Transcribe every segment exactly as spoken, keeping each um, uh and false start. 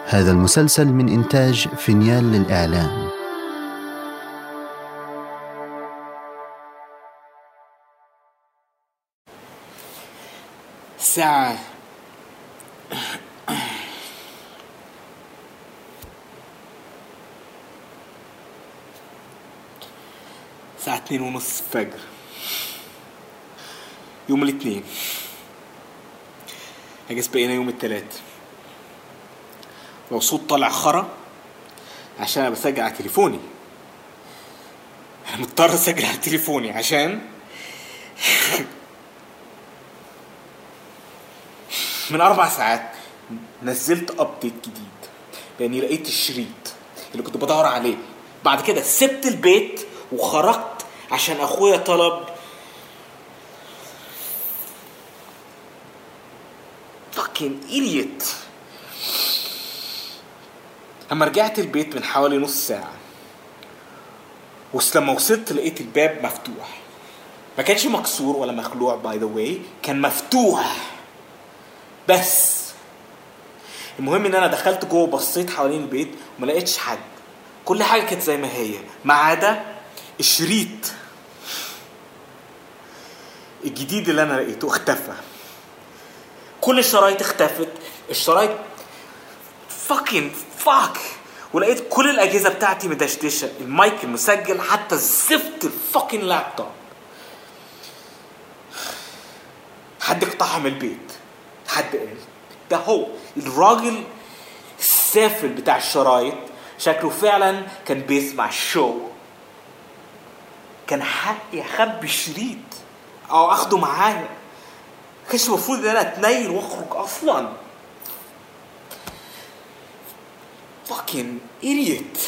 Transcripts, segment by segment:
هذا المسلسل من إنتاج فينيال للإعلام. ساعة ساعة اتنين ونص الفجر يوم الاثنين. اجس بقينا يوم الثلاث. لو صوت طالع خرا عشان انا بسجل على تليفوني، انا مضطر اسجل على تليفوني عشان من اربع ساعات نزلت ابديت جديد لاني لقيت الشريط اللي كنت بدور عليه. بعد كده سبت البيت وخرجت عشان اخويا طلب fucking idiot. اما رجعت البيت من حوالي نص ساعة، ولما وصلت لقيت الباب مفتوح. ما كانش مكسور ولا مخلوع باي ذا واي، كان مفتوح بس. المهم ان انا دخلت جوه، بصيت حوالين البيت وما لقيتش حد. كل حاجة كانت زي ما هي ما عدا الشريط الجديد اللي انا لقيته اختفى. كل الشرايط اختفت، الشرايط fucking fuck. ولقيت كل الاجهزه بتاعتي مدشدشه، المايك المسجل، حتى الزفت الفاكين لابتوب. حد اقتحم البيت. حد قال ده هو الراجل السافل بتاع الشرايط، شكله فعلا كان بيسمع الشو. كان حقي اخبي الشريط او اخده معايا. كانش المفروض ان انا اتنيل واخرج اصلا. fucking idiot.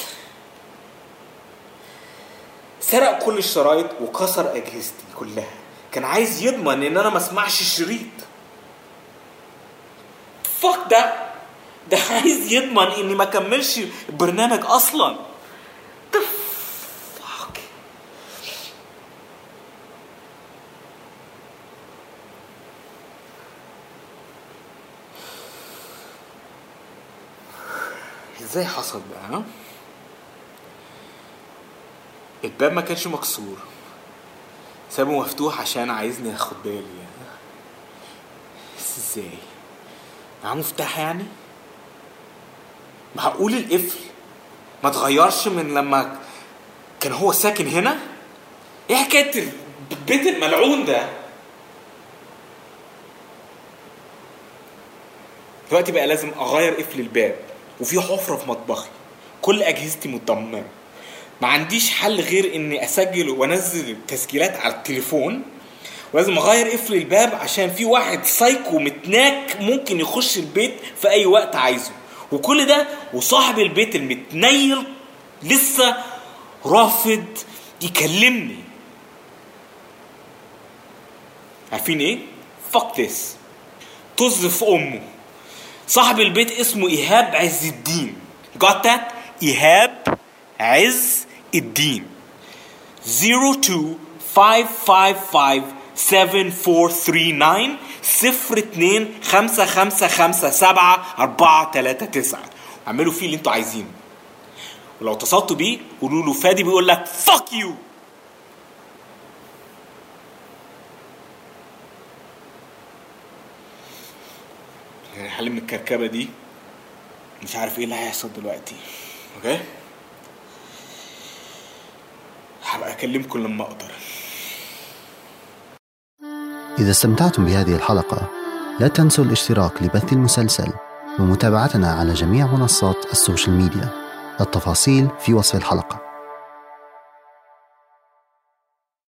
سرق كل الشرايط وكسر اجهزتي كلها. كان عايز يضمن ان انا ما اسمعش الشريط. fuck ده ده عايز يضمن اني ما كملش البرنامج اصلا. the fuck. ازاي حصل بقى؟ ها؟ الباب ما كانش مكسور، سابه مفتوح عشان عايزني اخد بالي يعني. بس ازاي؟ معاه مفتاح يعني؟ معقول القفل ما تغيرش من لما كان هو ساكن هنا؟ ايه حكاية البيت الملعون ده؟ دلوقتي بقى لازم اغير قفل الباب، وفي حفرة في مطبخي، كل اجهزتي متدمرة. ما عنديش حل غير اني اسجل وانزل تسجيلات على التليفون، ولازم اغير قفل الباب عشان في واحد سايكو متناك ممكن يخش البيت في اي وقت عايزه. وكل ده وصاحب البيت المتنيل لسه رافض يكلمني. عارفين ايه؟ fuck this. طز في امه. صاحب البيت اسمه إيهاب عز الدين. got that؟ إيهاب عز الدين. zero two five five five seven four three nine صفر اتنين خمسة خمسة خمسة سبعة أربعة تلاتة تسعة. اعملوا فيه اللي انتوا عايزينه، ولو اتصلتوا بيه قولوا له فادي بيقول لك fuck you. يعني حل من الكركبة دي، مش عارف ايه اللي هيحصل دلوقتي. اوكي، هبقى اكلمكم لما اقدر. إذا استمتعتم بهذه الحلقة لا تنسوا الاشتراك لبث المسلسل ومتابعتنا على جميع منصات السوشيال ميديا. التفاصيل في وصف الحلقة.